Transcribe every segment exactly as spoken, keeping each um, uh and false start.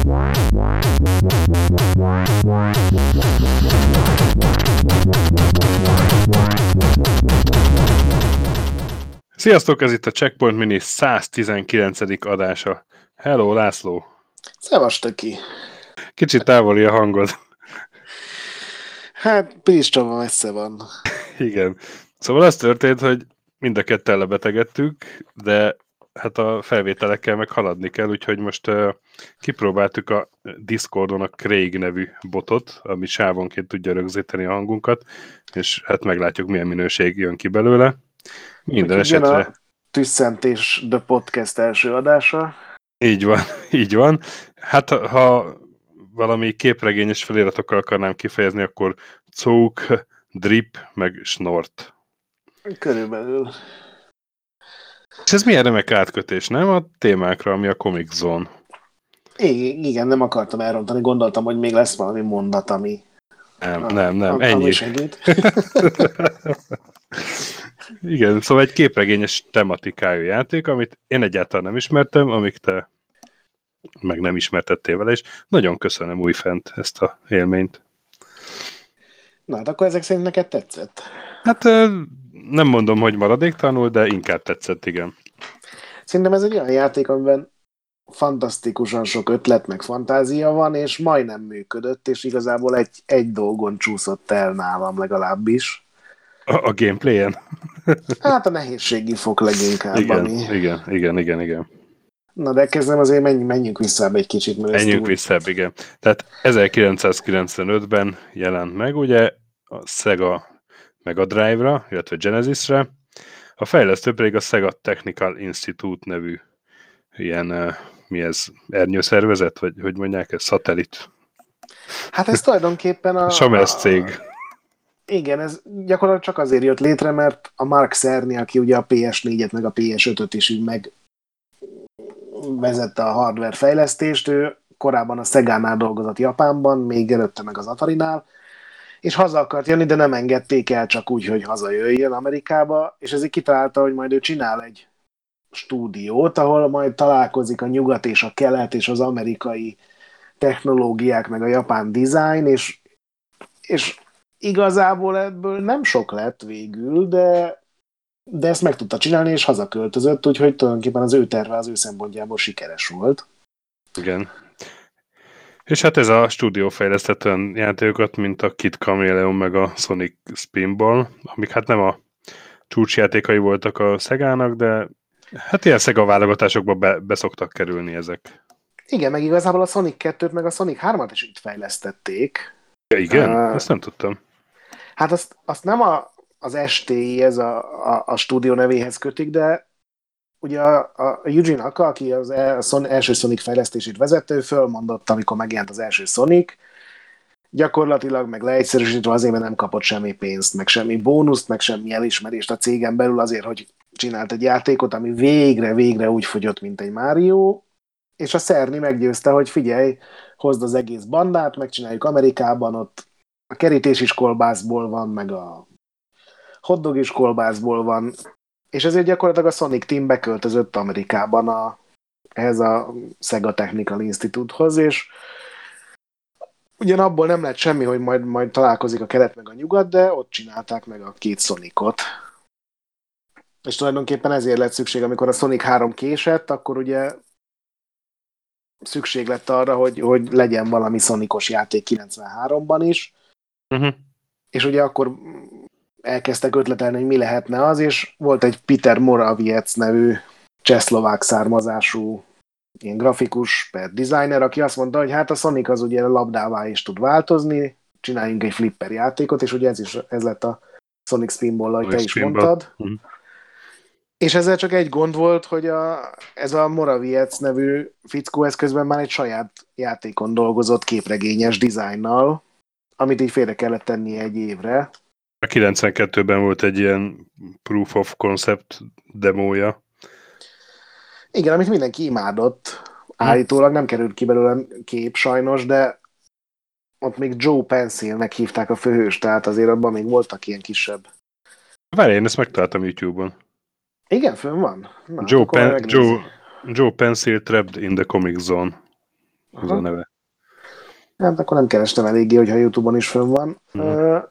Sziasztok, ez itt a Checkpoint Mini száztizenkilencedik adása. Hello, László! Szevasz, Töki! Kicsit távoli a hangod. Hát, Pilis Csaba messze van. Igen. Szóval az történt, hogy mind a ketten lebetegedtük, de hát a felvételekkel meg haladni kell, úgyhogy most uh, kipróbáltuk a Discordon a Craig nevű botot, ami sávonként tudja rögzíteni a hangunkat, és hát meglátjuk, milyen minőség jön ki belőle. Minden Úgyhogy esetre... a Tüsszentés The Podcast első adása. Így van, így van. Hát ha valami képregényes feliratokkal akarnám kifejezni, akkor cók, drip, meg snort. Körülbelül. És ez milyen remek átkötés, nem? A témákra, ami a Comic Zone. I- igen, nem akartam elrontani, gondoltam, hogy még lesz valami mondat, ami... Nem, a, nem, nem, a, ennyi. Ami segít. Igen, szóval egy képregényes tematikájú játék, amit én egyáltalán nem ismertem, amíg te meg nem ismertettél vele, és nagyon köszönöm újfent ezt a élményt. Na, hát akkor ezek szerint neked tetszett? Hát nem mondom, hogy maradéktalanul, de inkább tetszett, igen. Szerintem ez egy olyan játék, amiben fantasztikusan sok ötlet, meg fantázia van, és majdnem működött, és igazából egy, egy dolgon csúszott el nálam legalábbis. A, a gameplayen? Hát a nehézségi fok leginkább. Igen, ami... igen, igen, igen, igen. Na de kezdem azért menj, menjünk vissza egy kicsit. Menjünk vissza, igen. Tehát ezerkilencszázkilencvenötben jelent meg, ugye a Sega Mega Drive-ra, illetve Genesisre, a fejlesztő pedig a Sega Technical Institute nevű ilyen, uh, mi ez, ernyőszervezet, vagy hogy mondják ez, szatellit? Hát ez tulajdonképpen a... Samesz cég. Igen, ez gyakorlatilag csak azért jött létre, mert a Mark Cerny, aki ugye a pé es négyet meg a pé es ötöt is így megvezette a hardware fejlesztést, ő korábban a Segánál dolgozott Japánban, még előtte meg az Atarinál, és haza akart jönni, de nem engedték el csak úgy, hogy hazajöjjön Amerikába, és ezért kitalálta, hogy majd ő csinál egy stúdiót, ahol majd találkozik a nyugat és a kelet és az amerikai technológiák, meg a japán design, és, és igazából ebből nem sok lett végül, de, de ezt meg tudta csinálni, és hazaköltözött, úgyhogy tulajdonképpen az ő terve az ő szempontjából sikeres volt. Igen. És hát ez a stúdió fejlesztett olyan játékokat, mint a Kid Chameleon meg a Sonic Spinball, amik hát nem a csúcsjátékai voltak a Segának, de hát ilyen Sega válogatásokba be, be szoktak kerülni ezek. Igen, meg igazából a Sonic kettőt meg a Sonic hármat is itt fejlesztették. Ja, igen? Uh, ezt nem tudtam. Hát azt, azt nem a, az es té i, ez a, a, a stúdió nevéhez kötik, de ugye a, a Eugene Aka, aki az el, első Sonic fejlesztését vezette, ő fölmondott, amikor megjelent az első Sonic, gyakorlatilag meg leegyszerűsítve azért, mert nem kapott semmi pénzt, meg semmi bónuszt, meg semmi elismerést a cégen belül azért, hogy csinált egy játékot, ami végre-végre úgy fogyott, mint egy Mario, és a Cerny meggyőzte, hogy figyelj, hozd az egész bandát, megcsináljuk Amerikában, ott a kerítés is kolbászból van, meg a hotdog is kolbászból van, és ezért gyakorlatilag a Sonic Team beköltözött Amerikában a, ehhez a Sega Technical Institute-hoz, és ugyan abból nem lett semmi, hogy majd, majd találkozik a kelet meg a nyugat, de ott csinálták meg a két Sonicot. És tulajdonképpen ezért lett szükség, amikor a Sonic három késett, akkor ugye szükség lett arra, hogy, hogy legyen valami Sonicos játék kilencvenháromban is, uh-huh. És ugye akkor elkezdtek ötletelni, hogy mi lehetne az, és volt egy Peter Morawiecz nevű csehszlovák származású ilyen grafikus per designer, aki azt mondta, hogy hát a Sonic az ugye labdává is tud változni, csináljunk egy flipper játékot, és ugye ez is ez lett a Sonic Spinball, ahogy te is Spinball. mondtad. Uh-huh. És ezzel csak egy gond volt, hogy a, ez a Morawiecz nevű fickó ez közben már egy saját játékon dolgozott képregényes dizájnnal, amit így félre kellett tennie egy évre. A kilencvenkettőben volt egy ilyen proof of concept demója. Igen, amit mindenki imádott. Állítólag nem került ki belőle kép sajnos, de ott még Joe Pencilnek hívták a főhős, tehát azért abban még voltak ilyen kisebb. Várj, én ezt megtaláltam YouTube-on. Igen, fönn van. Na, Joe, Pen- Joe, Joe Pencil trapped in the comic zone. az a Aha. neve. Hát akkor nem kerestem eléggé, hogyha YouTube-on is fönn van. Uh-huh.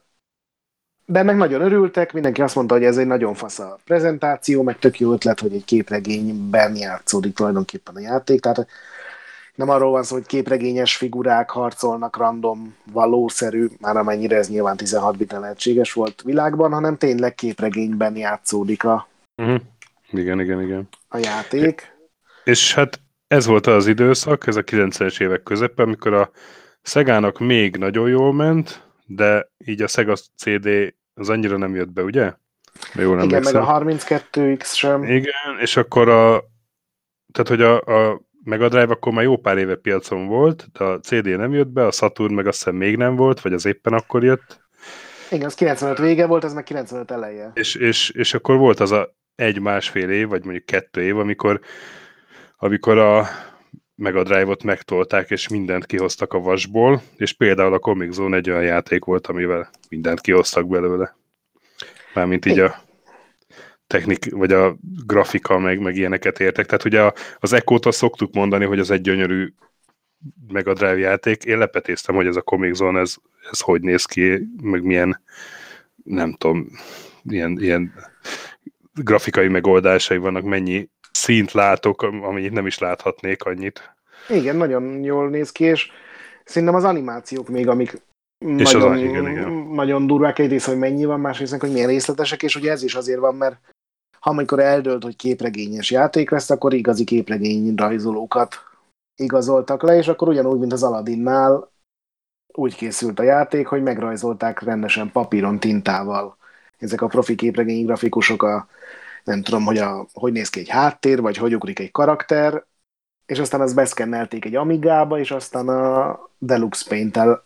De ennek nagyon örültek, mindenki azt mondta, hogy ez egy nagyon fasz a prezentáció, meg tök jó ötlet, hogy egy képregényben játszódik tulajdonképpen a játék. Tehát nem arról van szó, hogy képregényes figurák harcolnak random, valószerű, már amennyire ez nyilván tizenhat biten lehetséges volt világban, hanem tényleg képregényben játszódik a, Uh-huh. Igen, igen, igen. a játék. És hát ez volt az időszak, ez a kilencvenes évek közepe, amikor a Segának még nagyon jól ment, de így a Sega cé dé az annyira nem jött be, ugye? Ha jól Igen, meg a emlékszem. harminckettő iksz sem. Igen, és akkor a, tehát hogy a, a Mega Drive akkor már jó pár éve piacon volt, de a cé dé nem jött be, a Saturn meg azt hiszem még nem volt, vagy az éppen akkor jött. Igen, az kilencvenöt vége volt, ez meg kilencvenöt eleje. És, és, és akkor volt az a egy-másfél év, vagy mondjuk kettő év, amikor, amikor a Mega Drive-ot megtolták, és mindent kihoztak a vasból, és például a Comic Zone egy olyan játék volt, amivel mindent kihoztak belőle. Mármint így a technik, vagy a grafika, meg, meg ilyeneket értek. Tehát ugye a, az Echo-t azt szoktuk mondani, hogy az egy gyönyörű Mega Drive játék. Én lepetéztem, hogy ez a Comic Zone, ez, ez hogy néz ki, meg milyen, nem tudom, ilyen, ilyen grafikai megoldásai vannak, mennyi színt látok, amennyit nem is láthatnék annyit. Igen, nagyon jól néz ki, és szerintem az animációk még, amik És nagyon, az, igen, igen. nagyon durvák, egyrészt, hogy mennyi van, másrészt, hogy milyen részletesek, és ugye ez is azért van, mert ha amikor eldőlt, hogy képregényes játék lesz, akkor igazi képregény rajzolókat igazoltak le, és akkor ugyanúgy, mint az Aladinnál úgy készült a játék, hogy megrajzolták rendesen papíron, tintával. Ezek a profi képregény grafikusok, a, nem tudom, hogy, a, hogy néz ki egy háttér, vagy hogy ugrik egy karakter, és aztán azt beszkennelték egy Amigába, és aztán a Deluxe Paint-tel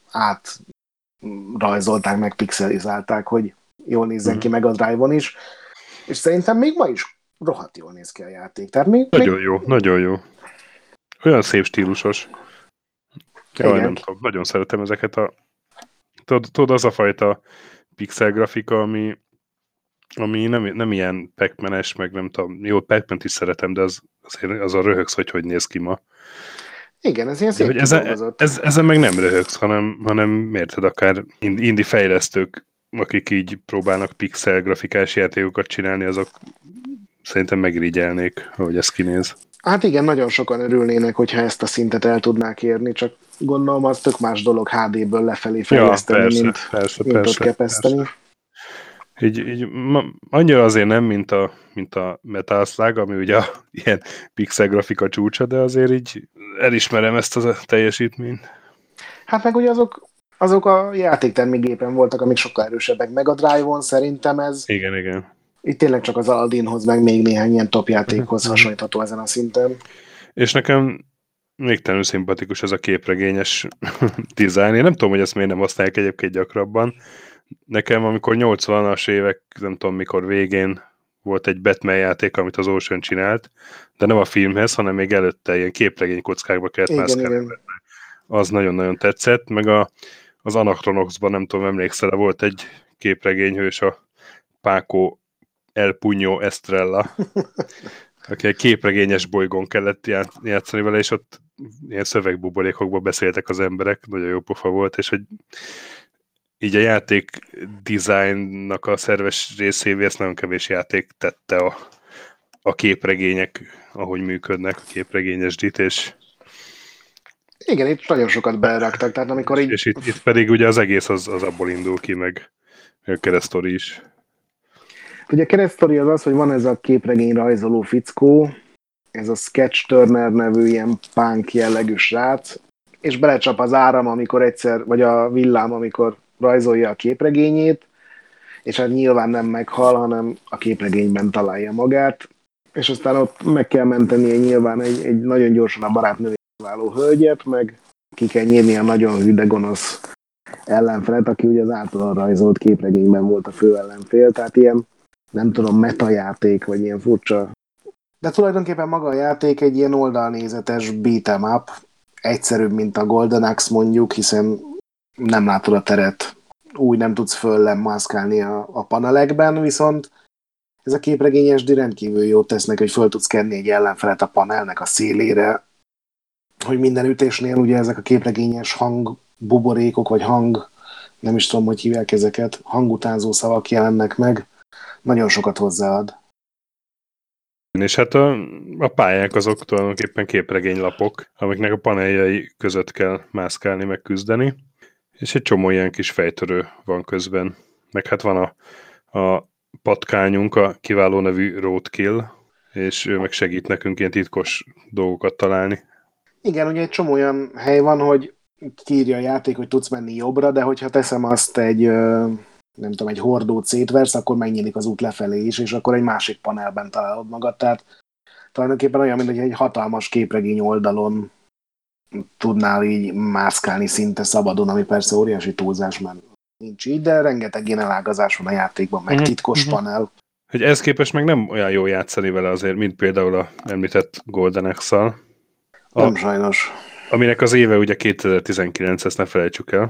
átrajzolták, meg pixelizálták, hogy jól nézzen Mhm. ki Mega Drive-on is. És szerintem még ma is rohadt jól néz ki a játék. Tehát még, Nagyon még... jó, nagyon jó. Olyan szép stílusos. Jaj, Igen. nem tudom, nagyon szeretem ezeket a... Tudod, tudod az a fajta pixel grafika, ami, ami nem, nem ilyen Pac-Man-es, meg nem tudom, jó, Pac-Man-t is szeretem, de az, azért az a röhögsz, hogy hogy néz ki ma. Igen, ez ilyen De szép hogy ezen, kidolgozott. ez, ezen meg nem röhögsz, hanem, hanem érted, akár indie fejlesztők, akik így próbálnak pixel grafikás játékokat csinálni, azok szerintem megirigyelnék, ahogy ez kinéz. Hát igen, nagyon sokan örülnének, hogyha ezt a szintet el tudnák érni, csak gondolom az tök más dolog há dé-ből lefelé fejleszteni, Ja, persze, mint, persze, mint ott persze, kepeszteni. persze. Így, így ma, annyira azért nem, mint a, mint a Metal Slug, ami ugye a, ilyen pixel grafika csúcsa, de azért így elismerem ezt a teljesítményt. Hát meg ugye azok, azok a játéktermékgépen voltak, amik sokkal erősebbek. Meg a Drive-on szerintem ez, Igen, igen. itt tényleg csak az Aladdinhoz, meg még néhány ilyen top játékhoz Uh-huh. hasonlítható ezen a szinten. És nekem végtelenül szimpatikus ez a képregényes dizájn. Én nem tudom, hogy ezt miért nem használják egyébként gyakrabban. Nekem, amikor nyolcvanas évek, nem tudom mikor végén volt egy Batman játék, amit az Ocean csinált, de nem a filmhez, hanem még előtte ilyen képregény kockákba kellett Igen, mászkálni. igen. Az nagyon-nagyon tetszett, meg a, az Anachronoxban, nem tudom, emlékszel, volt egy képregényhős, a Paco El Puño Estrella, aki egy képregényes bolygón kellett játszani vele, és ott ilyen szövegbuborékokban beszéltek az emberek, nagyon jó pofa volt, és hogy így a játék designnak a szerves részévé ezt nagyon kevés játék tette a, a képregények, ahogy működnek, a képregényes dit, és Igen, itt nagyon sokat beraktak, tehát amikor és, így... és itt, itt pedig ugye az egész az, az abból indul ki, meg a keresztori is. Ugye a keresztori az az, hogy van ez a képregény rajzoló fickó, ez a Sketch Turner nevű ilyen punk jellegű srác, és belecsap az áram, amikor egyszer, vagy a villám, amikor rajzolja a képregényét, és hát nyilván nem meghal, hanem a képregényben találja magát, és aztán ott meg kell mentenie nyilván egy, egy nagyon gyorsan a barátnővé váló hölgyet, meg ki kell nyírni a nagyon hű, de gonosz ellenfelet, aki ugye az általán rajzolt képregényben volt a fő ellenfél, tehát ilyen, nem tudom, metajáték, vagy ilyen furcsa. De tulajdonképpen maga a játék egy ilyen oldalnézetes beat'em up, egyszerűbb, mint a Golden Axe mondjuk, hiszen nem látod a teret, úgy nem tudsz föllem mászkálni a, a panelekben, viszont ez a képregényes rendkívül jót tesznek, hogy föl tudsz kenni egy ellenfelet a panelnek a szélére, hogy minden ütésnél ugye ezek a képregényes hangbuborékok, vagy hang, nem is tudom, hogy hívják ezeket, hangutánzó szavak jelennek meg, nagyon sokat hozzáad. És hát a, a pályák azok tulajdonképpen képregénylapok, amiknek a paneljai között kell mászkálni, meg küzdeni, és egy csomó ilyen kis fejtörő van közben. Meg hát van a, a patkányunk, a kiváló nevű Roadkill, és ő meg segít nekünk ilyen titkos dolgokat találni. Igen, ugye egy csomó olyan hely van, hogy kiírja a játék, hogy tudsz menni jobbra, de hogyha teszem azt egy, nem tudom, egy hordót szétversz, akkor megnyílik az út lefelé is, és akkor egy másik panelben találod magad. Tehát tulajdonképpen olyan, mint hogy egy hatalmas képregény oldalon tudnál így mászkálni szinte szabadon, ami persze óriási túlzás, mert nincs így, de rengeteg ilyen elágazás van a játékban, meg titkos uh-huh. panel. Hogy ez képest meg nem olyan jó játszani vele azért, mint például a említett Golden Axe-szal. A, nem sajnos. Aminek az éve ugye kétezer-tizenkilenc, ezt ne felejtsük el.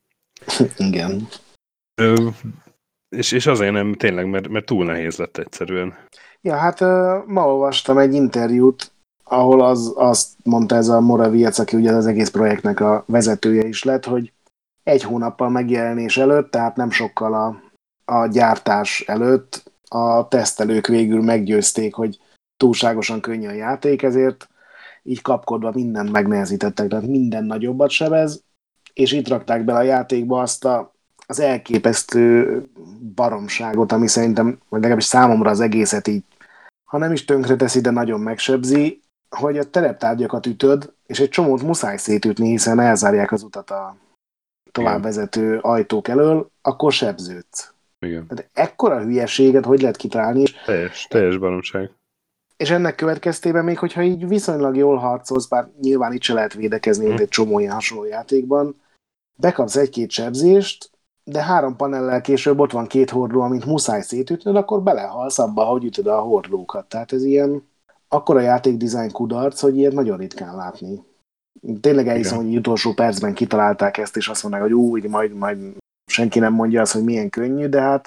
Igen. Ö, és, és azért nem, tényleg, mert, mert túl nehéz lett egyszerűen. Ja, hát ma olvastam egy interjút, ahol az, azt mondta ez a Morawiecz, aki ugye az egész projektnek a vezetője is lett, hogy egy hónappal megjelenés előtt, tehát nem sokkal a, a gyártás előtt a tesztelők végül meggyőzték, hogy túlságosan könnyű a játék, ezért így kapkodva mindent megnehezítettek, tehát minden nagyobbat sebez, és itt rakták bele a játékba azt a, az elképesztő baromságot, ami szerintem, vagy legalábbis számomra az egészet így, ha nem is tönkreteszi, de nagyon megsebzi, hogy a tereptárgyakat ütöd, és egy csomót muszáj szétütni, hiszen elzárják az utat a továbbvezető ajtók elől, akkor sebződsz. Igen. Tehát ekkora hülyeséget hogy lehet kitalálni? És teljes, teljes baromság. És ennek következtében még, hogyha így viszonylag jól harcolsz, bár nyilván itt se lehet védekezni, mint egy csomó ilyen hasonló játékban, bekapsz egy-két sebzést, de három panellel később ott van két hordó, amit muszáj szétütnöd, akkor belehalsz abba, hogy ütöd a hordókat. Tehát ez ilyen akkora játékdizájn kudarc, hogy ilyet nagyon ritkán látni. Tényleg elhiszem, hogy utolsó percben kitalálták ezt, és azt mondták, hogy úgy, majd, majd senki nem mondja azt, hogy milyen könnyű, de hát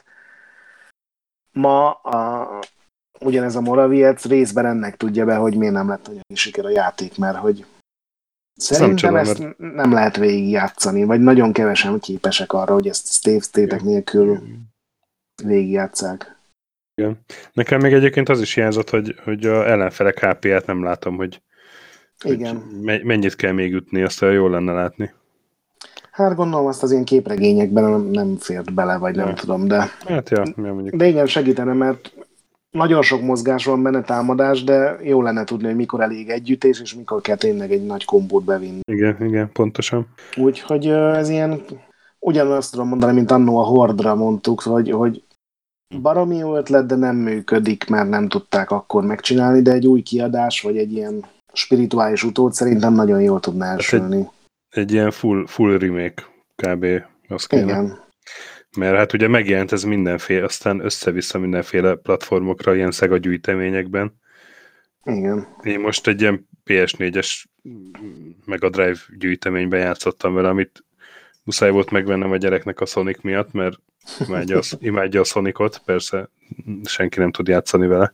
ma a, ugyanez a Morawiecz részben ennek tudja be, hogy miért nem lett olyan siker a játék, mert hogy szerintem nem ezt mert... nem lehet végigjátszani, vagy nagyon kevesen képesek arra, hogy ezt Stave State-ek nélkül végigjátsszák. Igen. Nekem még egyébként az is hiányzott, hogy, hogy a ellenfelek há pé-ját nem látom, hogy, igen. hogy mennyit kell még ütni, azt jól lenne látni. Hát gondolom azt az ilyen képregényekben nem, nem fért bele, vagy nem ja. tudom, de... Hát ja, mondjuk. De igen, segítene, mert nagyon sok mozgás van benne, támadás, de jó lenne tudni, hogy mikor elég együttés, és mikor kell tényleg egy nagy kombót bevinni. Igen, igen, pontosan. Úgyhogy ez ilyen, ugyanazt tudom mondani, mint annó a Hordra mondtuk, hogy, hogy baromi jó ötlet, de nem működik, mert nem tudták akkor megcsinálni, de egy új kiadás, vagy egy ilyen spirituális utód szerintem nagyon jól tudná elsülni. Egy, egy ilyen full, full remake kb. Az kéne. Igen. Mert hát ugye megjelent ez mindenféle, aztán össze-vissza mindenféle platformokra, ilyen Sega gyűjteményekben. Igen. Én most egy ilyen pé es négyes Mega Drive gyűjteményben játszottam vele, amit muszáj volt megvennem a gyereknek a Sonic miatt, mert imádja a, imádja a Sonicot, persze senki nem tud játszani vele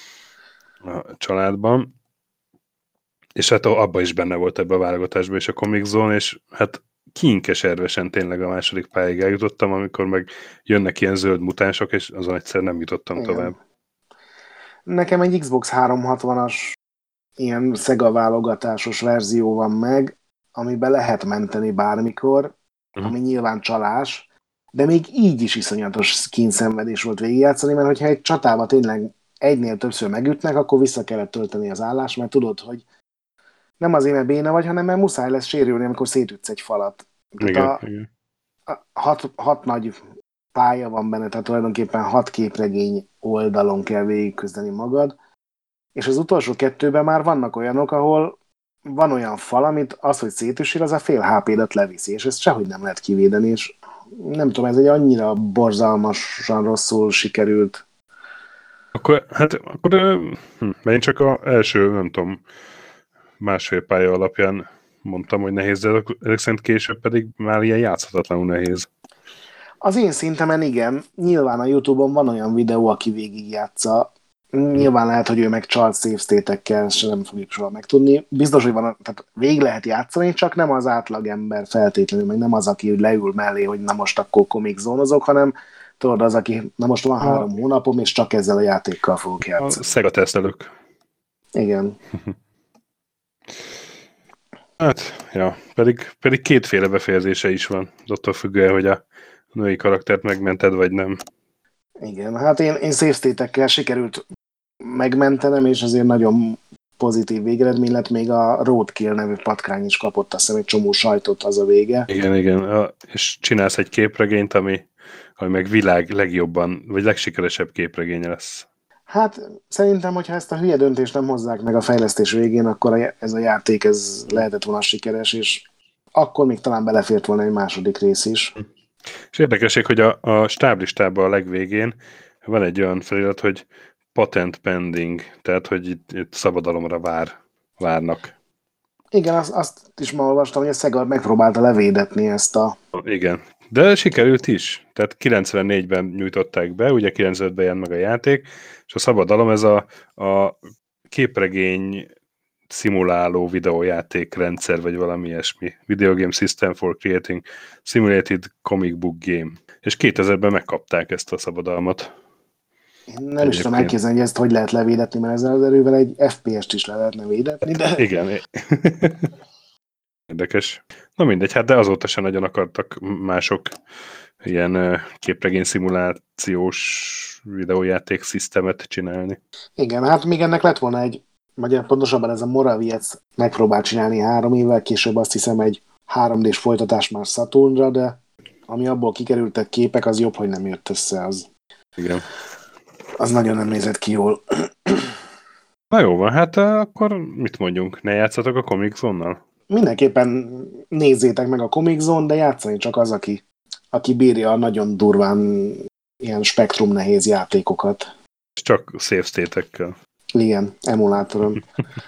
a családban. És hát abban is benne volt ebbe a válogatásban és a Comic Zone, és hát kiinkeservesen tényleg a második pályáig eljutottam, amikor meg jönnek ilyen zöld mutánsok, és azon egyszer nem jutottam igen. tovább. Nekem egy Xbox háromszázhatvanas ilyen Sega válogatásos verzió van meg, amiben lehet menteni bármikor, uh-huh. ami nyilván csalás, de még így is iszonyatos kínszenvedés volt végigjátszani, mert hogyha egy csatába tényleg egynél többször megütnek, akkor vissza kellett tölteni az állást, mert tudod, hogy nem azért, mert béna vagy, hanem mert muszáj lesz sérülni, amikor szétütsz egy falat. Igen, a, igen. A hat, hat nagy pálya van benne, tehát tulajdonképpen hat képregény oldalon kell végigküzdeni magad, és az utolsó kettőben már vannak olyanok, ahol van olyan fal, amit az, hogy szétüssél, az a fél há pé-dat leviszi, és ezt sehogy nem lehet kivédeni, és nem tudom, ez egy annyira borzalmasan rosszul sikerült. Akkor, hát, akkor hm, én csak az első, nem tudom, másfél pálya alapján mondtam, hogy nehéz, de ezek szerint később pedig már ilyen játszhatatlanul nehéz. Az én szintemen igen, nyilván a YouTube-on van olyan videó, aki végigjátsza, Nyilván lehet, hogy ő meg csalt save state-ekkel, se nem fogjuk soha megtudni. Biztos, hogy van, tehát végig lehet játszani, csak nem az átlagember feltétlenül, meg nem az, aki leül mellé, hogy na most akkor comic zónozok, hanem tudod, az, aki na most van három hónapom, és csak ezzel a játékkal fogok A játszani. Sega tesztelők. Igen. Hát, ja, pedig, pedig kétféle befejezése is van. Attól függően, hogy a női karaktert megmented, vagy nem. Igen, hát én, én save state-ekkel sikerült megmentenem, és azért nagyon pozitív végeredmény lett, még a Roadkill nevű patkány is kapott, azt hiszem, egy csomó sajtot az a vége. Igen, igen, a, és csinálsz egy képregényt, ami, ami meg világ legjobban, vagy legsikeresebb képregénye lesz. Hát szerintem, hogyha ezt a hülye döntést nem hozzák meg a fejlesztés végén, akkor a, ez a játék ez lehetett volna sikeres, és akkor még talán belefért volna egy második rész is. És érdekesség, hogy a, a stáblistában a legvégén van egy olyan felirat, hogy patent pending, tehát hogy itt, itt szabadalomra vár, várnak. Igen, azt, azt is ma olvastam, hogy a Sega megpróbálta levédetni ezt a... Igen, de sikerült is. Tehát kilencvennégyben nyújtották be, ugye kilencvenötben jelent meg a játék, és a szabadalom ez a, a képregény szimuláló videójáték rendszer, vagy valami ilyesmi. Video Game System for Creating Simulated Comic Book Game. És kétezerben megkapták ezt a szabadalmat. Én nem is tudom elképzelni, hogy ezt hogy lehet levédetni, mert ezzel az erővel egy ef pé est is le lehetne védetni, de... Igen. Érdekes. Na mindegy, hát de azóta sem nagyon akartak mások ilyen képregény szimulációs videójáték szisztemet csinálni. Igen, hát még ennek lett volna egy, vagy pontosabban ez a Moraviec megpróbált csinálni három évvel később, azt hiszem egy három dés folytatás már Saturnra, de ami abból kikerültek képek, az jobb, hogy nem jött össze, az. Igen. Az nagyon nem nézett ki jól. Na jó van, hát akkor mit mondjunk? Ne játszatok a Comic Zone-nal? Mindenképpen nézzétek meg a Comic Zone, de játszani csak az, aki, aki bírja a nagyon durván ilyen spektrum nehéz játékokat. Csak save state-ekkel. Igen, emulátoron.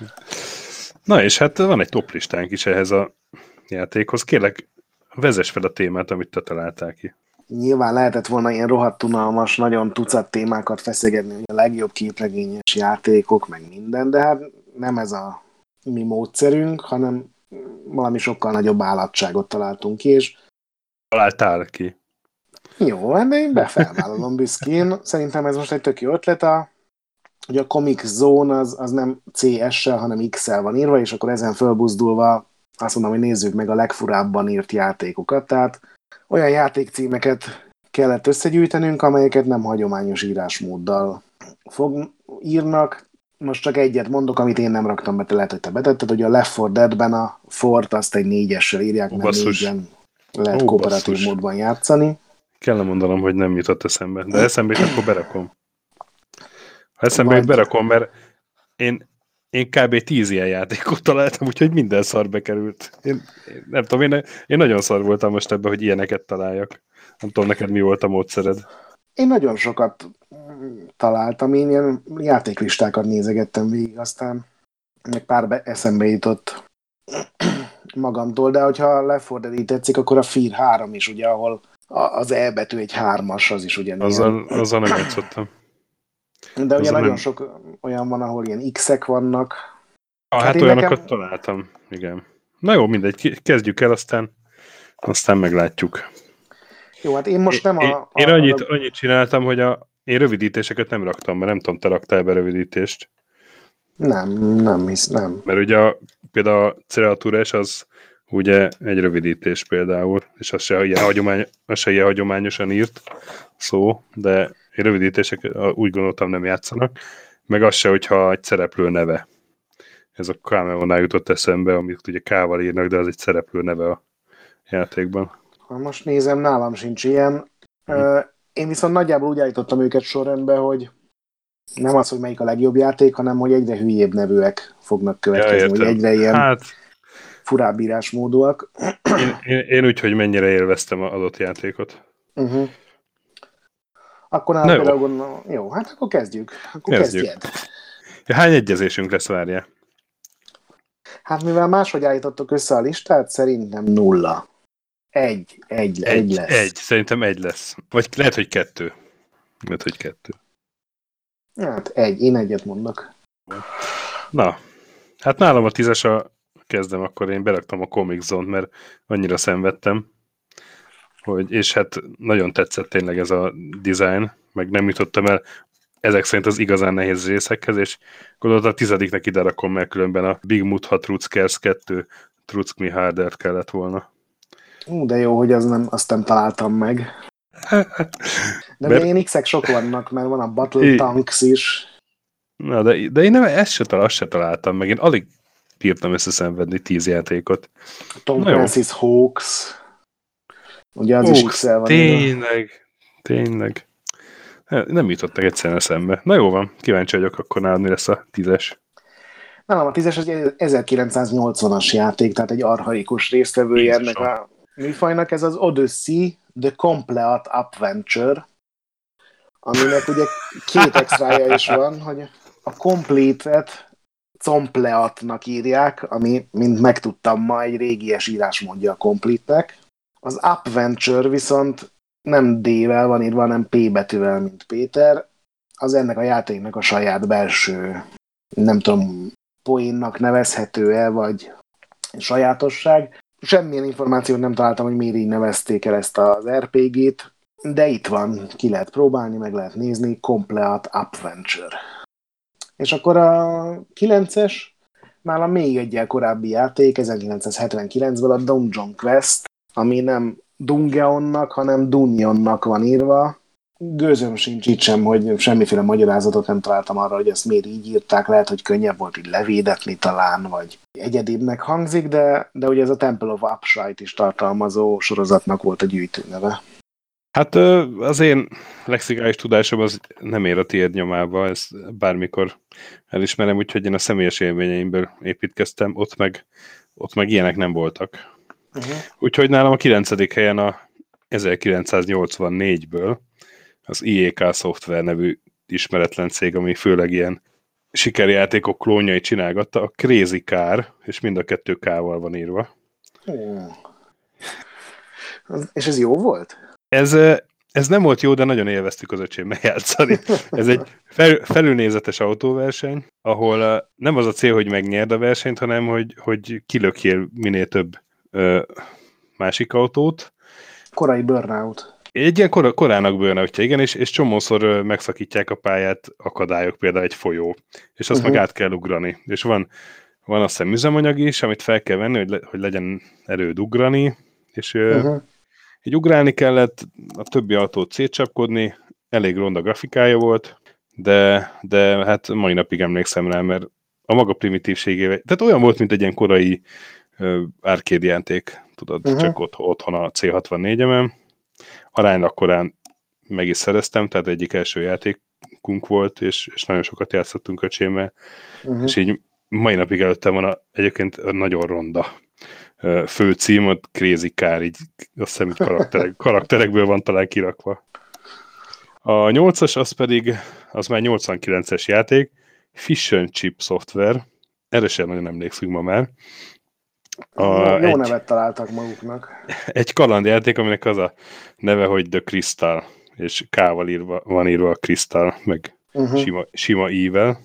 Na és hát van egy top listánk is ehhez a játékhoz. Kérlek, vezess fel a témát, amit te találtál ki. Nyilván lehetett volna ilyen rohadt unalmas, nagyon tucat témákat feszegetni, hogy a legjobb képregényes játékok, meg minden, de hát nem ez a mi módszerünk, hanem valami sokkal nagyobb állatságot találtunk ki, és Találtál ki. jó, hát én befelvállalom büszkén. Szerintem ez most egy tök jó ötlet, a, hogy a Comic Zone az, az nem cé es-sel, hanem X-szel van írva, és akkor ezen fölbuzdulva azt mondom, hogy nézzük meg a legfurábban írt játékokat, tehát olyan játékcímeket kellett összegyűjtenünk, amelyeket nem hagyományos írásmóddal fog, írnak. Most csak egyet mondok, amit én nem raktam be, te lehet, hogy te betetted, hogy a Left four Dead-ben a Fort azt egy négyessel írják, mert négyen lehet Ó, kooperatív basszus. módban játszani. Kell mondanom, hogy nem jutott eszembe. De eszembe jut, akkor berakom. Ha eszembe Vagy- jut, berakom, mert én, én kb. tíz ilyen játékot találtam, úgyhogy minden szar bekerült. Én, én nem tudom, én, én nagyon szar voltam most ebben, hogy ilyeneket találjak. Nem tudom, neked mi volt a módszered. Én nagyon sokat mm, találtam, én ilyen játéklistákat nézegettem végig, aztán meg pár be eszembe jutott magamtól, de hogyha a Left four Dead így tetszik, akkor a Fear három is, ugye, ahol a- az E betű egy hármas, az is ugyanilyen. Azzal, azzal nem játszottam. De ugye azzal nagyon nem. sok olyan van, ahol ilyen X-ek vannak. Ah, Hát hát én olyanokat nekem- találtam. Igen. Na jó, mindegy, ki- kezdjük el, aztán, aztán meglátjuk. Jó, hát én most nem a... Én, a, én a, annyit, a annyit csináltam, hogy a, én rövidítéseket nem raktam be, nem tudom, te raktál be rövidítést. nem, nem hisz, nem. Mert ugye a, például a Ceratures az ugye egy rövidítés például, és az se ilyen, hagyomány, az se ilyen hagyományosan írt szó, de én rövidítések úgy gondoltam nem játszanak, meg az se, hogyha egy szereplő neve. Ez a Cameronál jutott eszembe, amit ugye K-val írnak, de az egy szereplő neve a játékban. Ha most nézem, nálam sincs ilyen. Hm. Ö, Én viszont nagyjából úgy állítottam őket sorrendbe, hogy nem az, hogy melyik a legjobb játék, hanem hogy egyre hülyébb nevűek fognak következni, Ja, hogy értem. egyre ilyen Hát furább írásmódúak. én, én, én úgy, hogy mennyire élveztem az adott játékot. Uh-huh. Akkor Na nálam jó. például gondolom, jó, hát akkor kezdjük. Akkor Kezdjük. kezdjed. Ja, hány egyezésünk lesz, várjál? Hát mivel máshogy állítottok össze a listát, szerintem nulla. Egy, egy, egy, egy lesz. Egy, szerintem egy lesz. Vagy lehet, hogy kettő. Lehet, hogy kettő. Hát egy, én egyet mondok. Na, hát nálam a tízes a kezdem, akkor én beraktam a Comic Zone-t, mert annyira szenvedtem, hogy, és hát nagyon tetszett tényleg ez a design, meg nem jutottam el ezek szerint az igazán nehéz részekhez, és gondoltam a tizediknek ide rakom, mert különben a Big Mutha Truckers kettő Truck Me Harder kellett volna. Ú, de jó, hogy az nem, azt nem találtam meg. De Mert... ugye én X-ek sok vannak, mert van a Battle I... Tanks is. Na, de, de én nem, ezt se, talál, azt se találtam meg, én alig bírtam összeszenvedni tíz játékot. Tom Na jó. Clancy's Hawks. Ugye az Hawks, is X-el van. tényleg, tényleg. Nem jutottak egyszerűen eszembe. Na jó van, kíváncsi vagyok, akkor nálad mi lesz a tízes. Nálam a tízes egy ezerkilencszáznyolcvanas játék, tehát egy archaikus résztvevője ennek a műfajnak. Ez az Odyssey The Complete Adventure, aminek ugye két extrája is van, hogy a Complete-et Compleat-nak írják, ami, mint megtudtam ma, egy régies írásmódja a Complete-nek. Az Adventure viszont nem D-vel van írva, hanem P betűvel, mint Péter. Az ennek a játéknak a saját belső, nem tudom, poénnak nevezhető-e, vagy sajátosság. Semmilyen információt nem találtam, hogy miért így nevezték el ezt az er pé gét, de itt van, ki lehet próbálni, meg lehet nézni, Complete Adventure. És akkor a kilences, nálam még egyel korábbi játék, ezerkilencszázhetvenkilencből a Dungeon Quest, ami nem Dungeonnak, hanem Dunionnak van írva. Gőzöm sincs itt sem, hogy semmiféle magyarázatot nem találtam arra, hogy ezt miért így írták, lehet, hogy könnyebb volt így levédetni talán, vagy egyedibbnek hangzik, de, de ugye ez a Temple of Upshite is tartalmazó sorozatnak volt a gyűjtőneve. Hát az én lexikális tudásom az nem ér a tiéd nyomába, ezt bármikor elismerem, úgyhogy én a személyes élményeimből építkeztem, ott meg, ott meg ilyenek nem voltak. Uh-huh. Úgyhogy nálam a kilencedik helyen a ezerkilencszáznyolcvannégyből az i é ká Software nevű ismeretlen cég, ami főleg ilyen sikerjátékok klónjai csinálgatta, a Crazy Car, és mind a kettő K-val van írva. Uh. És ez jó volt? Ez, ez nem volt jó, de nagyon élveztük az öcsémmel játszani. Ez egy fel, felülnézetes autóverseny, ahol nem az a cél, hogy megnyerd a versenyt, hanem hogy, hogy kilökjél minél több ö, másik autót. Korai burnout. Egy ilyen kor, korának burnoutja, igen, és, és csomószor megszakítják a pályát akadályok, például egy folyó, és azt uh-huh. meg át kell ugrani. És van, van azt hiszem üzemanyag is, amit fel kell venni, hogy, le, hogy legyen erőd ugrani, és uh-huh. így ugrálni kellett, a többi autót szétcsapkodni, elég ronda grafikája volt, de, de hát mai napig emlékszem rá, mert a maga primitívségével, tehát olyan volt, mint egy ilyen korai uh, arcade játék, tudod, uh-huh. csak ott, otthon a cé hatvannégy-emen. Aránylag korán meg is szereztem, tehát egyik első játékunk volt, és, és nagyon sokat játszottunk öcsémmel, uh-huh. és így mai napig előttem van a, egyébként nagyon ronda főcím, a Crazy Car, így azt hiszem, hogy karakterek, karakterekből van talán kirakva. A nyolcas az pedig, az már nyolcvankilences játék, Fish and Chip Software, erre sem nagyon emlékszünk ma már. A, jó egy, nevet találtak maguknak. Egy kalandjáték, aminek az a neve, hogy The Crystal, és K-val írva, van írva a Crystal, meg uh-huh. sima, sima I-vel.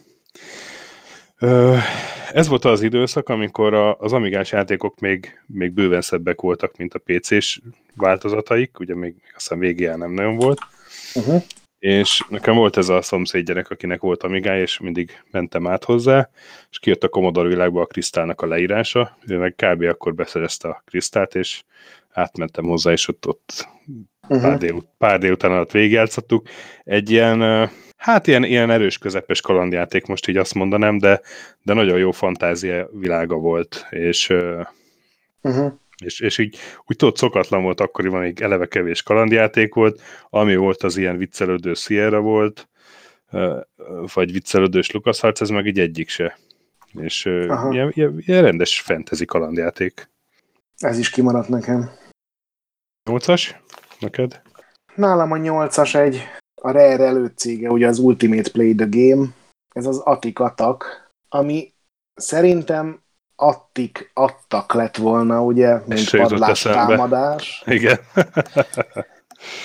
Ez volt az időszak, amikor az Amigás játékok még, még bőven szebbek voltak, mint a pé cés változataik, ugye még aztán végén nem nagyon volt. Uh-huh. És nekem volt ez a szomszédgyerek, akinek volt Amigája, és mindig mentem át hozzá, és kijött a Commodore világba a Crystalnak a leírása, ő meg kb. Akkor beszerezte a Crystalt, és átmentem hozzá, és ott, ott uh-huh. pár, dél, pár délután alatt végigjátszottuk. Egy ilyen, hát ilyen, ilyen erős közepes kalandjáték, most így azt mondanám, de, de nagyon jó fantázia világa volt, és uh-huh. És, és így úgy tudod, szokatlan volt akkoriban, még eleve kevés kalandjáték volt, ami volt az ilyen viccelődő Sierra volt, vagy viccelődős LucasArts, ez meg így egyik se. És ilyen, ilyen, ilyen rendes fantasy kalandjáték. Ez is kimaradt nekem. nyolcas? Neked? Nálam a nyolcas egy, a Rare előcége, ugye az Ultimate Play the Game, ez az Attic Attack, ami szerintem Attik, attak lett volna, ugye, mint padlás támadás. Igen.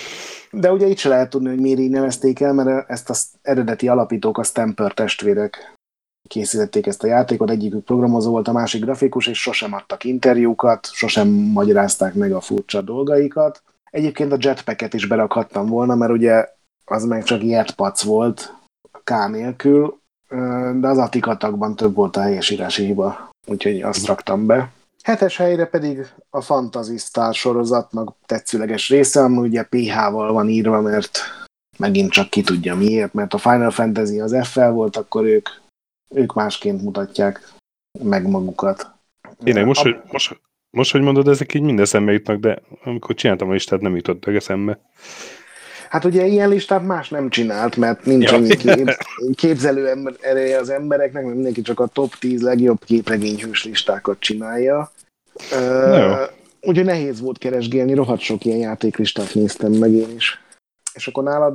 De ugye itt se lehet tudni, hogy miért így nevezték el, mert ezt az eredeti alapítók, a Stamper testvérek készítették ezt a játékot, egyikük programozó volt, a másik grafikus, és sosem adtak interjúkat, sosem magyarázták meg a furcsa dolgaikat. Egyébként a Jetpacket is berakhattam volna, mert ugye az meg csak Jetpac volt, K nélkül, de az Atikatakban több volt a helyesírási hiba, úgyhogy azt raktam be. Hetes helyre pedig a Fantasy Star sorozatnak tetszőleges része, ami ugye pé há-val van írva, mert megint csak ki tudja miért, mert a Final Fantasy az F-fel volt, akkor ők, ők másként mutatják meg magukat. Tényleg, most, a... hogy, most, most, hogy mondod, ezek így mind eszembe jutnak, de amikor csináltam a listát, nem jutott meg eszembe. Hát ugye ilyen listát más nem csinált, mert nincs ja. annyi kép, képzelő ereje az embereknek, mert mindenki csak a top tíz legjobb képregényhős listákat csinálja. Uh, Úgyhogy nehéz volt keresgélni, rohadt sok ilyen játéklistát néztem meg én is. És akkor nálad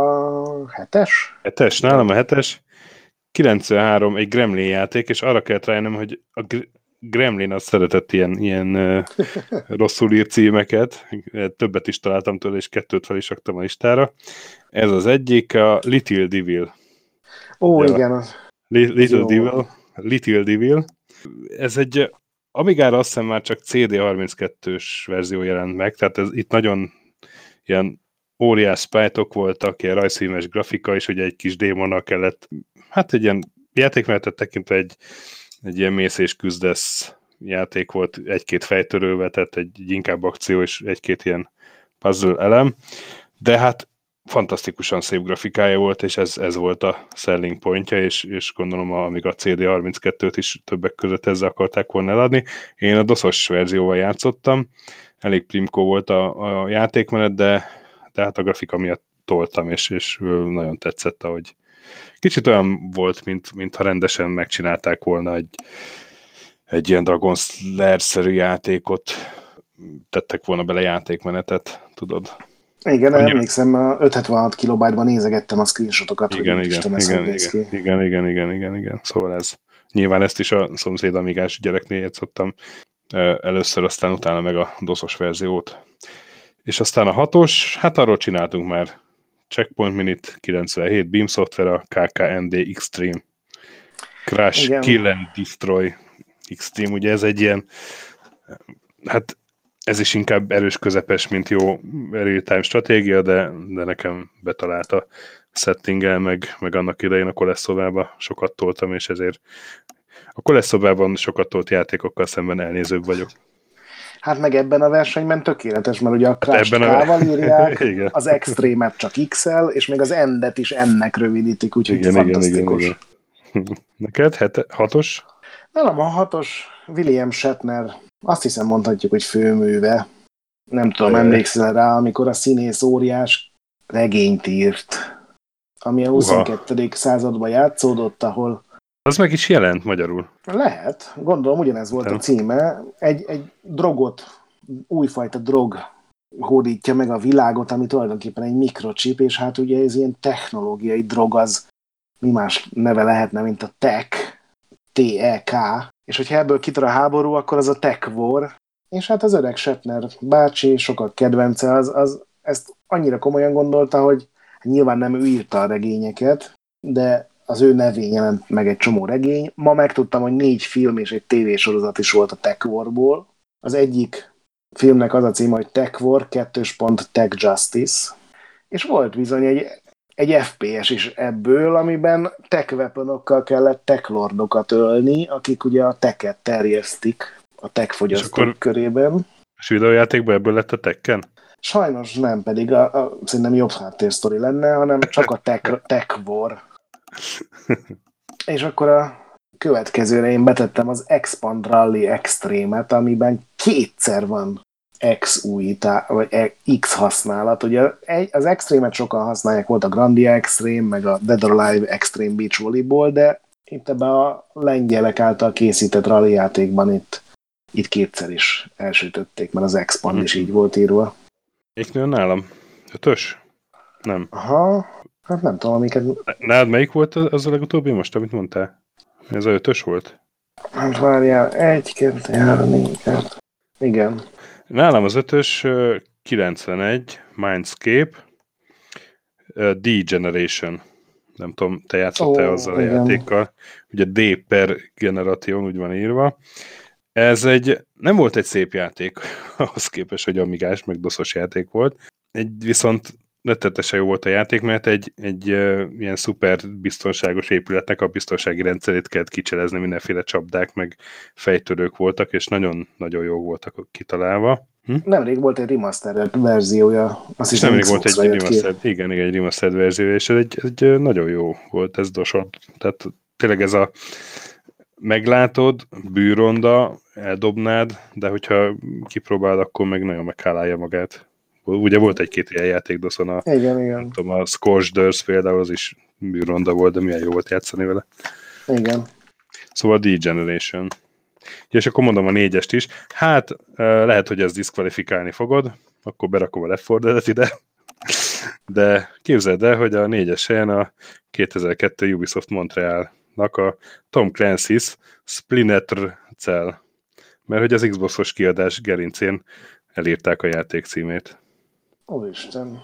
a hetes? Hetes, nálam a hetes. kilencvenhárom egy Gremlin játék, és arra kellett rájönnöm, hogy a Gremlin az szeretett ilyen, ilyen uh, rosszul írt címeket. Többet is találtam tőle, és kettőt fel is raktam a listára. Ez az egyik, a Little Devil. Ó, ja, igen. Az Little jó. Devil. Little Devil. Ez egy, Amigára azt hiszem már csak cé dé harminckettős verzió jelent meg, tehát ez itt nagyon ilyen óriás sprite-ok voltak, ilyen rajzfilmes grafika, és ugye egy kis démonnal kellett, hát egy ilyen játékmenetet tekintve egy, egy ilyen mész és küzdesz játék volt, egy-két fejtörővel, tehát egy, egy inkább akció, és egy-két ilyen puzzle elem, de hát fantasztikusan szép grafikája volt, és ez, ez volt a selling pointja, és, és gondolom, amíg a cé dé harminckettőt is többek között ezzel akarták volna eladni. Én a doszos verzióval játszottam, elég primkó volt a, a játékmenet, de, de hát a grafika miatt toltam, és, és nagyon tetszett, ahogy kicsit olyan volt, mint, mintha rendesen megcsinálták volna egy, egy ilyen Dragon Slayer-szerű játékot, tettek volna bele játékmenetet, tudod. Igen, annyira... emlékszem, ötszázhetvenhat kilobájtban nézegettem a screenshotokat, igen, hogy igen, Isten igen, igen, igen, igen, igen, igen, igen, szóval ez. Nyilván ezt is a szomszéd amigás gyereknél játszottam először, aztán utána meg a doszos verziót. És aztán a hatos, hát arról csináltunk már Checkpoint Minute kilencvenhét, Beam Software, a ká ká en dé Extreme. Crash, igen. Kill and Destroy Extreme, ugye ez egy ilyen, hát ez is inkább erős közepes, mint jó real-time stratégia, de, de nekem betalált a settinggel, meg, meg annak idején a koleszszobába sokat toltam, és ezért a koleszszobában sokat tolt játékokkal szemben elnézőbb vagyok. Hát meg ebben a versenyben tökéletes, mert ugye a Crash-t K-val írják, az Extreme-et csak X-el, és még az Endet is ennek rövidítik, úgyhogy igen, fantasztikus. Igen, igen, igen. Neked hete, hatos? Nálam a hatos, William Shatner, azt hiszem mondhatjuk, hogy főműve. Nem tudom, emlékszel rá, amikor a színész óriás regényt írt, ami a huszonkettedik században játszódott, ahol... Az meg is jelent magyarul. Lehet, gondolom ugyanez volt a címe. Egy, egy drogot, újfajta drog hódítja meg a világot, ami tulajdonképpen egy mikrochip, és hát ugye ez ilyen technológiai drog, az mi más neve lehetne, mint a tech, té e ká, és hogyha ebből kitör a háború, akkor az a tech war, és hát az öreg Shatner bácsi, sokak kedvence, az, az ezt annyira komolyan gondolta, hogy nyilván nem ő írta a regényeket, de az ő nevén jelent meg egy csomó regény. Ma megtudtam, hogy négy film és egy tévésorozat is volt a Tech Warból. Az egyik filmnek az a címe, hogy Tech War, kettős pont Tech Justice, és volt bizony egy, egy ef pé es is ebből, amiben tech weaponokkal kellett tech lordokat ölni, akik ugye a tech-et terjesztik a tech fogyasztók körében. És videójátékban ebből lett a Tekken? Sajnos nem, pedig a, a, szerintem jobb háttérsztori lenne, hanem csak a Tech, tech War. És akkor a következőre én betettem az Expand Rally Extreme-et, amiben kétszer van X újítás, vagy X használat. Ugye az Extreme-et sokan használják, volt a Grandia Extreme, meg a Dead or Alive Extreme Beach Volleyball, de itt ebben a lengyelek által készített rally játékban itt, itt kétszer is elsütötték, mert az Expand hmm. is így volt írva. Éknő nálam? Ötös? Nem. Aha, hát nem tudom, amiket... Nálad melyik volt az a legutóbbi most, amit mondtál? Ez a ötös volt? Hát várjál, egy, kettő, három, négy, kettő. Igen. Nálam az ötös kilencvenegy, Mindscape, D-Generation. Nem tudom, te játszottál oh, azzal igen. a játékkal. Ugye D per generation, úgy van írva. Ez egy, nem volt egy szép játék, ahhoz képest, hogy amigás, meg doszos játék volt. Egy viszont rettetesen jó volt a játék, mert egy, egy uh, ilyen szuper biztonságos épületnek a biztonsági rendszerét kellett kicselezni, mindenféle csapdák, meg fejtörők voltak, és nagyon-nagyon jó voltak kitalálva. Hm? Nemrég volt egy remastered verziója. Azt és nemrég volt egy remastered, igen, igen, egy remastered verziója, és ez egy, egy nagyon jó volt ez dosod. Tehát tényleg ez a meglátod, bűronda, eldobnád, de hogyha kipróbálod, akkor meg nagyon megkálálja magát. Ugye volt egy-két ilyen játék doszon, a, igen, igen. Tudom, a Scorched Earth például, az is bűronda volt, de milyen jó volt játszani vele. Igen. Szóval D-Generation. Ja, és akkor mondom a négyest is. Hát, lehet, hogy ez diszkvalifikálni fogod, akkor berakom a Left four Dead-et ide. De képzeld el, hogy a négyes helyen a kétezer-kettő Ubisoft Montrealnak a Tom Clancy's Splinter Cell. Mert hogy az Xboxos kiadás gerincén elírták a játék címét. Úristen.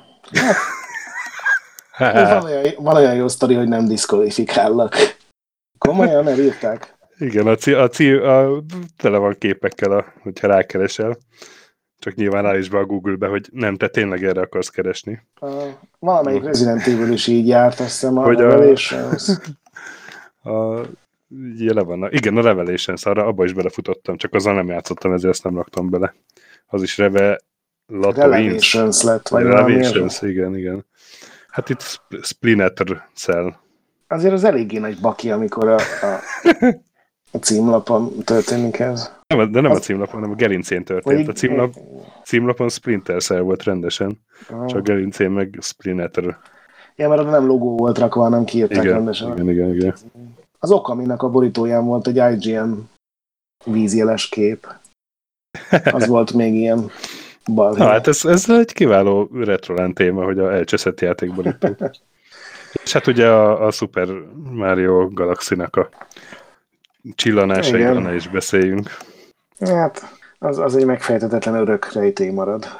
Hát, van, olyan, van olyan jó sztori, hogy nem diszkvalifikállak. Komolyan elírták? Igen, a, cí, a, cí, a tele van képekkel, a, hogyha rákeresel. Csak nyilván állíts be a Google-be, hogy nem, te tényleg erre akarsz keresni. A, valamelyik Resident Evil is így járt, azt hiszem, a Revelations. A, a, le van, igen, a Revelations, arra abba is belefutottam, csak azzal nem játszottam, ezért ezt nem raktam bele. Az is Reve... Revelations lett, vagy Revelations, igen, igen. Hát itt Splinter Cell. Azért az eléggé nagy baki, amikor a, a, a címlapon történik ez. Nem, de nem az... a címlapon, hanem a gerincén történt. A címlap, címlapon Splinter Cell volt rendesen, ah. csak a gerincén meg Splinter. Ja, mert nem logó volt rakva, hanem kiírták igen, rendesen. Igen, igen, igen. Az Okaminak a borítóján volt egy I G N vízjeles kép. Az volt még ilyen balhé. Na, hát ez, ez egy kiváló retrolán téma, hogy a elcseszett játékborító. És hát ugye a, a Super Mario Galaxy-nak a csillanásairól ne is beszéljünk. Hát, az, az egy megfejtetetlen örök rejtély marad.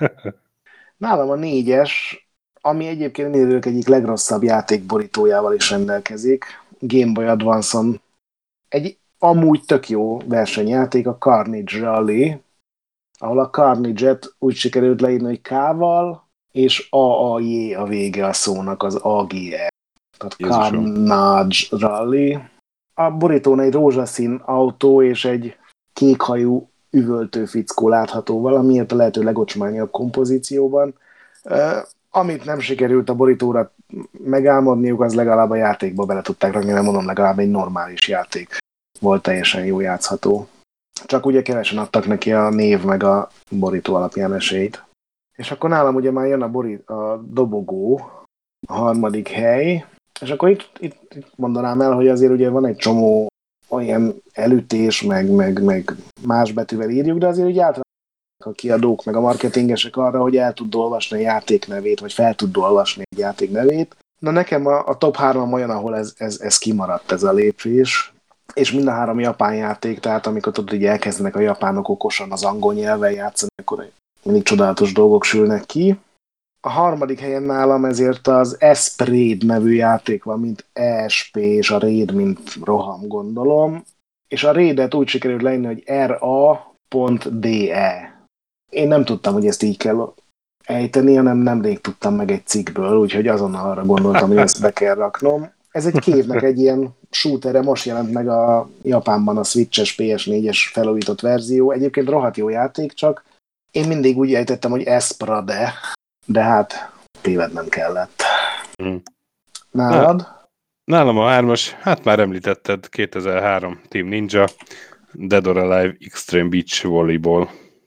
Nálam a négyes, ami egyébként mindegyik egyik legrosszabb játékborítójával is rendelkezik, Game Boy Advance-on egy amúgy tök jó versenyjáték, a Carnage Rally, ahol a Carnage-et úgy sikerült leírni, hogy K-val, és A A J a vége a szónak, az A G E. Tehát Jézusom. Carnage Rally. A borítón egy rózsaszín autó és egy kékhajú üvöltő fickó látható valamiért a lehető legocsmányabb kompozícióban. Uh, amit nem sikerült a borítóra megálmodniuk, az legalább a játékba bele tudták rakni, mert mondom, legalább egy normális játék volt, teljesen jó játszható. Csak ugye kevesen adtak neki a név meg a borító alapján esélyt. És akkor nálam ugye már jön a, borít, a dobogó, a harmadik hely, és akkor itt, itt, itt mondanám el, hogy azért ugye van egy csomó olyan elütés, meg, meg, meg más betűvel írjuk, de azért ugye általában a kiadók, meg a marketingesek arra, hogy el tud olvasni a játék nevét, vagy fel tud olvasni egy játék nevét. Na nekem a, a top három olyan, ahol ez, ez, ez kimaradt, ez a lépés, és mind a három japán játék, tehát amikor tudod, hogy elkezdenek a japánok okosan az angol nyelven játszani, akkor mindig csodálatos dolgok sülnek ki. A harmadik helyen nálam ezért az S-Raid nevű játék van, mint E S P, és a Raid, mint roham, gondolom. És a Raidet úgy sikerült leírni, hogy R A D E. Én nem tudtam, hogy ezt így kell ejteni, hanem nemrég tudtam meg egy cikkből, úgyhogy azonnal arra gondoltam, hogy ezt be kell raknom. Ez egy Cave-nek egy ilyen shootere, most jelent meg a Japánban a Switch-es P S négyes felújított verzió. Egyébként rohadt jó játék, csak én mindig úgy ejtettem, hogy Esprade, de hát tévednem kellett. Mm. Nálad? Hát, nálam a hármas, hát már említetted, kétezer-három Team Ninja, Dead or Alive Extreme Beach Volleyball.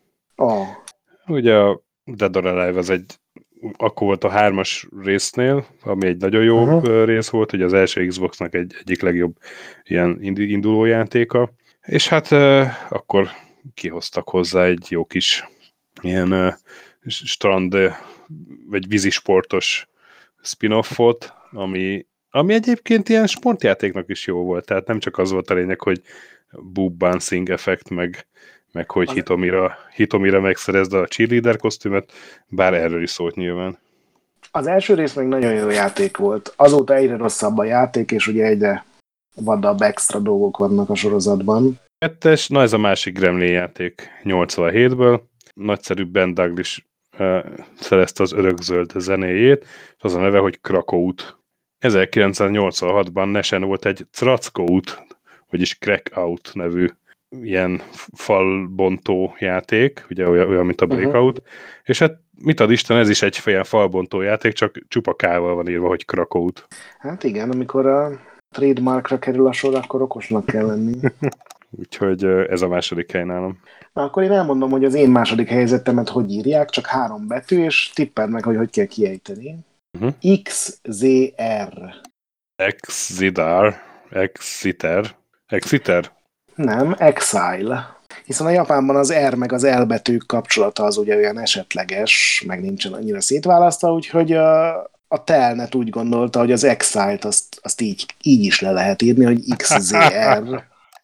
Oh. Ugye a Dead or Alive az egy, akkor volt a hármas résznél, ami egy nagyon jó uh-huh. rész volt, ugye az első Xboxnak egy, egyik legjobb ilyen induló játéka, és hát uh, akkor kihoztak hozzá egy jó kis ilyen uh, strand, uh, vagy vízisportos spin-offot, ami, ami egyébként ilyen sportjátéknak is jó volt, tehát nem csak az volt a lényeg, hogy boob bouncing effekt, meg, meg hogy Hitomira, Hitomira megszerezd a cheerleader kosztümöt, bár erről is szólt nyilván. Az első rész még nagyon jó játék volt. Azóta egyre rosszabb a játék, és ugye egyre vadabb extra dolgok vannak a sorozatban. Kettes, na ez a másik Gremlin játék nyolcvanhétből. Nagyszerű Ben Douglas uh, szerezte az örökzöld zenéjét, és az a neve, hogy Krakout. ezerkilencszáznyolcvanhatban Nesen volt egy Crackout, vagyis Crackout nevű ilyen falbontó játék, ugye olyan, olyan mint a Breakout, uh-huh. és hát mit ad Isten, ez is egy ilyen falbontó játék, csak csupa K-val van írva, hogy Krakout. Hát igen, amikor a trademarkra kerül a sor, akkor okosnak kell lenni. Úgyhogy ez a második hely nálam. Na, akkor én elmondom, hogy az én második helyzetemet hogy írják, csak három betű, és tippeld meg, hogy hogy kell kiejteni. Uh-huh. X Z R. Exidar. Exiter. Exiter? Nem, Exile. Hiszen a Japánban az R meg az L betűk kapcsolata az ugye olyan esetleges, meg nincsen annyira szétválasztva, úgyhogy a, a Telnet úgy gondolta, hogy az Exile-t azt, azt így, így is le lehet írni, hogy X Z R.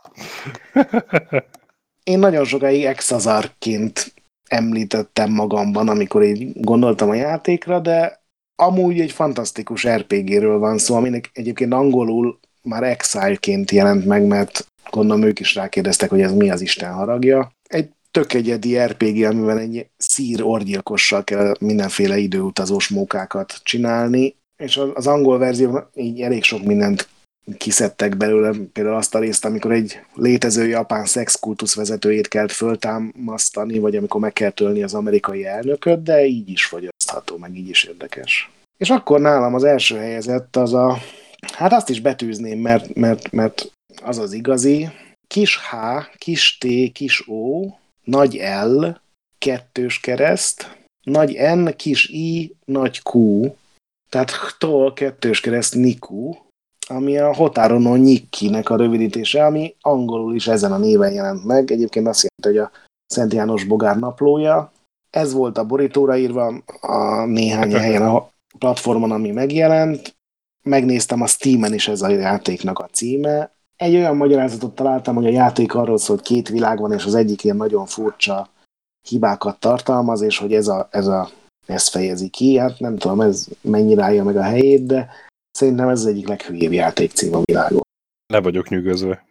Én nagyon sokáig Exazarként említettem magamban, amikor így gondoltam a játékra, de amúgy egy fantasztikus er pé gé-ről van szó, aminek egyébként angolul már Exile-ként jelent meg, mert gondolom ők is rákérdeztek, hogy ez mi az Isten haragja. Egy tök egyedi er pé gé, amiben egy szír orgyilkossal kell mindenféle időutazós mókákat csinálni, és az angol verzió így elég sok mindent kiszedtek belőle, például azt a részt, amikor egy létező japán szexkultusz vezetőjét kell föltámasztani, vagy amikor meg kell tölni az amerikai elnököt, de így is fogyasztható, meg így is érdekes. És akkor nálam az első helyezett az a, hát azt is betűzném, mert, mert, mert az az igazi, kis H, kis T, kis O, nagy L, kettős kereszt, nagy N, kis I, nagy Q, tehát tól kettős kereszt Niku, ami a Hotaru no Nikkinek a rövidítése, ami angolul is ezen a néven jelent meg. Egyébként azt jelenti, hogy a Szent János Bogár naplója. Ez volt a borítóra írva a néhány helyen a platformon, ami megjelent. Megnéztem a Steamen is, ez a játéknak a címe. Egy olyan magyarázatot találtam, hogy a játék arról szól, hogy két világ van, és az egyik ilyen nagyon furcsa hibákat tartalmaz, és hogy ez, a, ez, a, ez fejezi ki. Hát nem tudom, ez mennyire állja meg a helyét, de szerintem ez az egyik leghülyébb játékcím a világon. Le vagyok nyűgözve.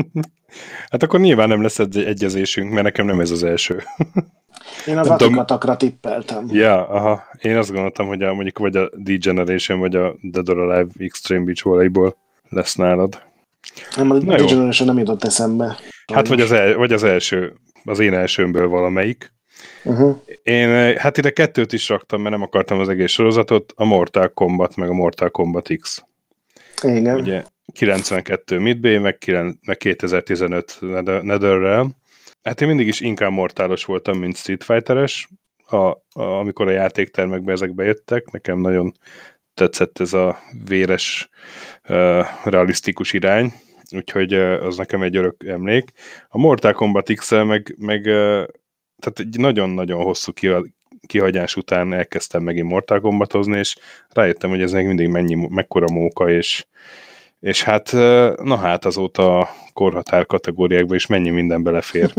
Hát akkor nyilván nem lesz egy egyezésünk, mert nekem nem ez az első. Én az Atikatakra tippeltem. Ja, aha. Én azt gondoltam, hogy a, mondjuk vagy a D-Generation, vagy a Dead or Alive Extreme Beach Volleyball lesz nálad. Nem, a D-Generation nem jutott eszembe. Hát vagy az, el, vagy az első, az én elsőmből valamelyik. Uh-huh. Én hát ide kettőt is raktam, mert nem akartam az egész sorozatot, a Mortal Kombat, meg a Mortal Kombat X. Igen. Ugye kilencvenkettő Midway, meg, meg kétezer-tizenöt Netherrealm. Hát én mindig is inkább mortálos voltam, mint Street Fighter-es, a, a, amikor a játéktermekbe ezek bejöttek. Nekem nagyon tetszett ez a véres, uh, realisztikus irány, úgyhogy uh, az nekem egy örök emlék. A Mortal Kombat X-el meg, meg uh, tehát egy nagyon-nagyon hosszú kihagyás után elkezdtem megint Mortal Kombatozni, és rájöttem, hogy ez még mindig mennyi, mekkora móka, és, és hát, na hát azóta a korhatár kategóriákban is mennyi minden belefér.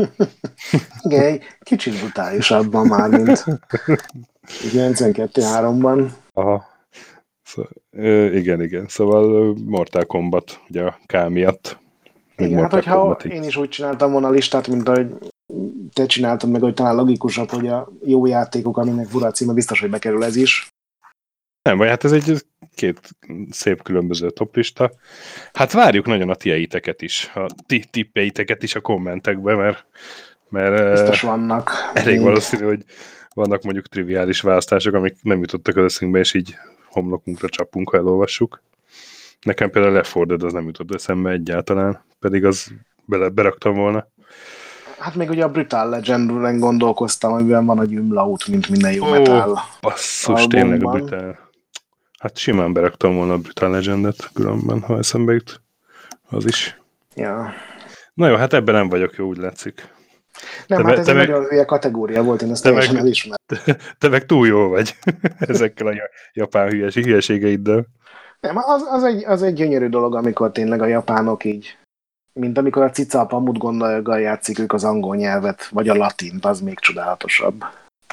Igen, kicsit brutálisabban már, mint kilencvenkettő háromban. Aha. Szóval, igen, igen. Szóval Mortal Kombat, ugye a K miatt. Igen, hát hogyha én is úgy csináltam volna a listát, mint ahogy te csináltad meg, hogy talán logikusabb, hogy a jó játékok, aminek fura címe, biztos, hogy bekerül ez is. Nem baj, hát ez egy két szép különböző toplista. Hát várjuk nagyon a tieiteket is, a ti tippeiteket is a kommentekbe, mert, mert biztos vannak. Elég még valószínű, hogy vannak mondjuk triviális választások, amik nem jutottak az eszünkbe, és így homlokunkra csapunk, ha elolvassuk. Nekem például Left four Dead az nem jutott eszembe egyáltalán, pedig az bele, beraktam volna. Hát még ugye a Brutal Legend-en gondolkoztam, amiben van a Umlaut, mint minden jó oh, metal. Basszus, tényleg a Brutal. Hát simán beraktam volna a Brutal Legend-et különben, ha eszembe jut. Az is. Ja. Na jó, hát ebben nem vagyok jó, úgy látszik. Nem, te hát ez egy meg... nagyon hülye kategória volt, én ezt teljesen meg... elismertem. Te, te meg túl jó vagy ezekkel a japán hülyeség, hülyeségeiddel. Nem, az, az, egy, az egy gyönyörű dolog, amikor tényleg a japánok így, mint amikor a cica a pamut gondoljaggal játszik ők az angol nyelvet, vagy a latint, az még csodálatosabb.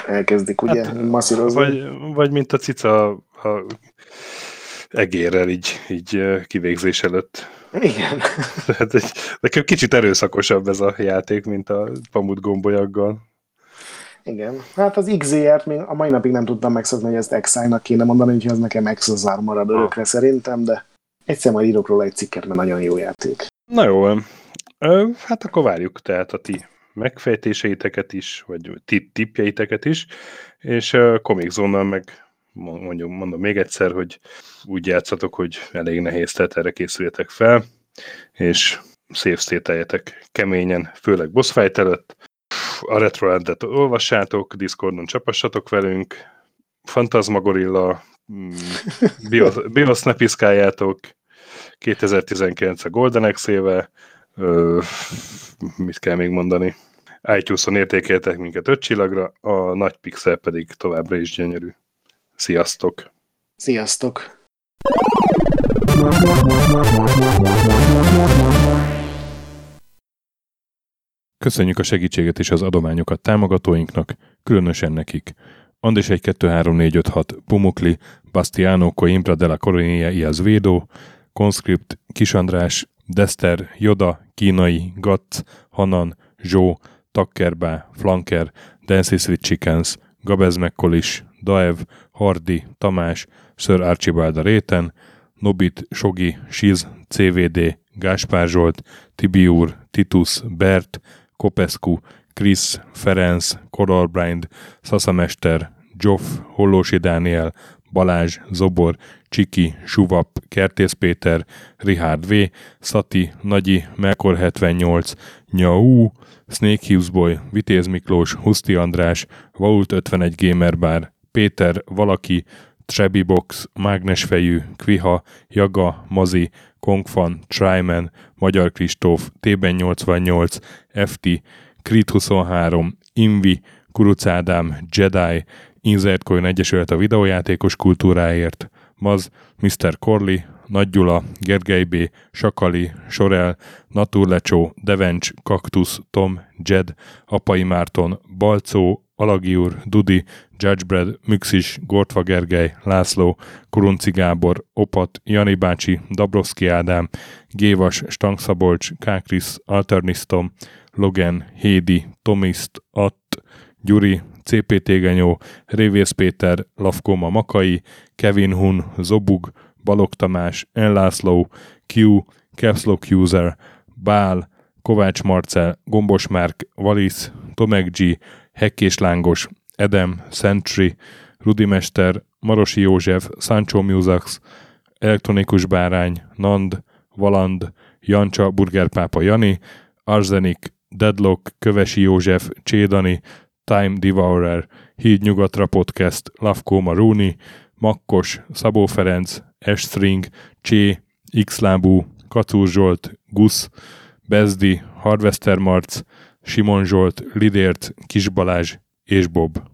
elkezdik ugye Hát, masszírozni. vagy, vagy mint a cica a egérrel így, így kivégzés előtt. Igen. Tehát egy, nekem kicsit erőszakosabb ez a játék, mint a pamut gombolyaggal. Igen. Hát az iksz zé er-t még a mai napig nem tudtam megszokni, hogy ezt Exile-nak kéne mondani, úgyhogy az nekem Exozar marad örökre szerintem, de egyszer majd írok róla egy cikket, mert nagyon jó játék. Na jó, hát akkor várjuk tehát a ti megfejtéseiteket is, vagy ti tippjeiteket is, és Comic Zone-nal meg mondjuk, mondom még egyszer, hogy úgy játszatok, hogy elég nehéz, tehát erre készüljetek fel, és szép szételjetek keményen, főleg boss fight előtt. A Retrolandet olvassátok, Discordon csapassatok velünk, Fantasmagorilla, Bios, Bios ne piszkáljátok, kétezer-tizenkilenc a Golden Axe-ével, mit kell még mondani, iTunes-on értékeltek minket öt csillagra, a nagy pixel pedig továbbra is gyönyörű. Sziasztok! Sziasztok! Köszönjük a segítséget és az adományokat támogatóinknak, különösen nekik. Andis egy kettő három négy öt hat, Pumukli, Bastiano Coimbra de la Coronia Iaz Védó, Conscript, Kisandrás, Dester, Joda, Kínai, Gatz, Hanan, Zsó, Takkerbá, Flanker, Dancy Sweet Chickens, Gabez Mekkolis, Daev, Hardi, Tamás, Sir Archibald a Réten, Nobit, Sogi, Siz, cé vé dé, Gáspár Zsolt, Tibiur, Titus, Bert, Kopescu, Krisz, Ferenc, Koralbrind, Szaszamester, Zsoff, Hollósi Dániel, Balázs, Zobor, Csiki, Suvap, Kertész Péter, Richard V, Szati, Nagyi, Melkor hetvennyolc, Nyau, Snake Hughes Boy, Vitéz Miklós, Huszti András, Vault ötvenegy Gamerbar, Péter, Valaki, Trebibox, Mágnesfejű, Kviha, Jaga, Mazi, Kongfan, Tryman, Magyar Kristóf, Tében nyolcvannyolc, ef té, Krit huszonhárom, Invi, Kuruc Ádám, Jedi, Insert Coin Egyesület a videójátékos kultúráért, Maz, miszter Corley, Nagy Gyula, Gergely B., Sakali, Sorel, Naturlecsó, Devencs, Kaktusz, Tom, Jed, Apai Márton, Balcó, Alagi úr, Dudi, Judgebred, Müxis, Gortva Gergely, László, Kurunci Gábor, Opat, Jani bácsi, Dabrowski Ádám, Gévas, Stangszabolcs, Kákris, Alternisztom, Logan, Hédi, Tomiszt, Att, Gyuri, cé pé té Genyó, Révész Péter, Lavkoma Makai, Kevin Hun, Zobug, Balog Tamás, Enlászló, Q, Capslock User, Bál, Kovács Marcel, Gombos Márk, Valisz, Tomek G, Hekkés Lángos, Edem, Sentry, Rudimester, Marosi József, Sancho Musax, Elektronikus Bárány, Nand, Valand, Jancsa, Burgerpápa Jani, Arzenik, Deadlock, Kövesi József, Csédani, Time Devourer, Híd Nyugatra Podcast, Lavkó Maruni, Makkos, Szabó Ferenc, Estring, Csé, Xlábú, Kacúr Zsolt, Gusz, Bezdi, Harvester Marc, Simon Zsolt, Lidért, Kis Balázs és Bob.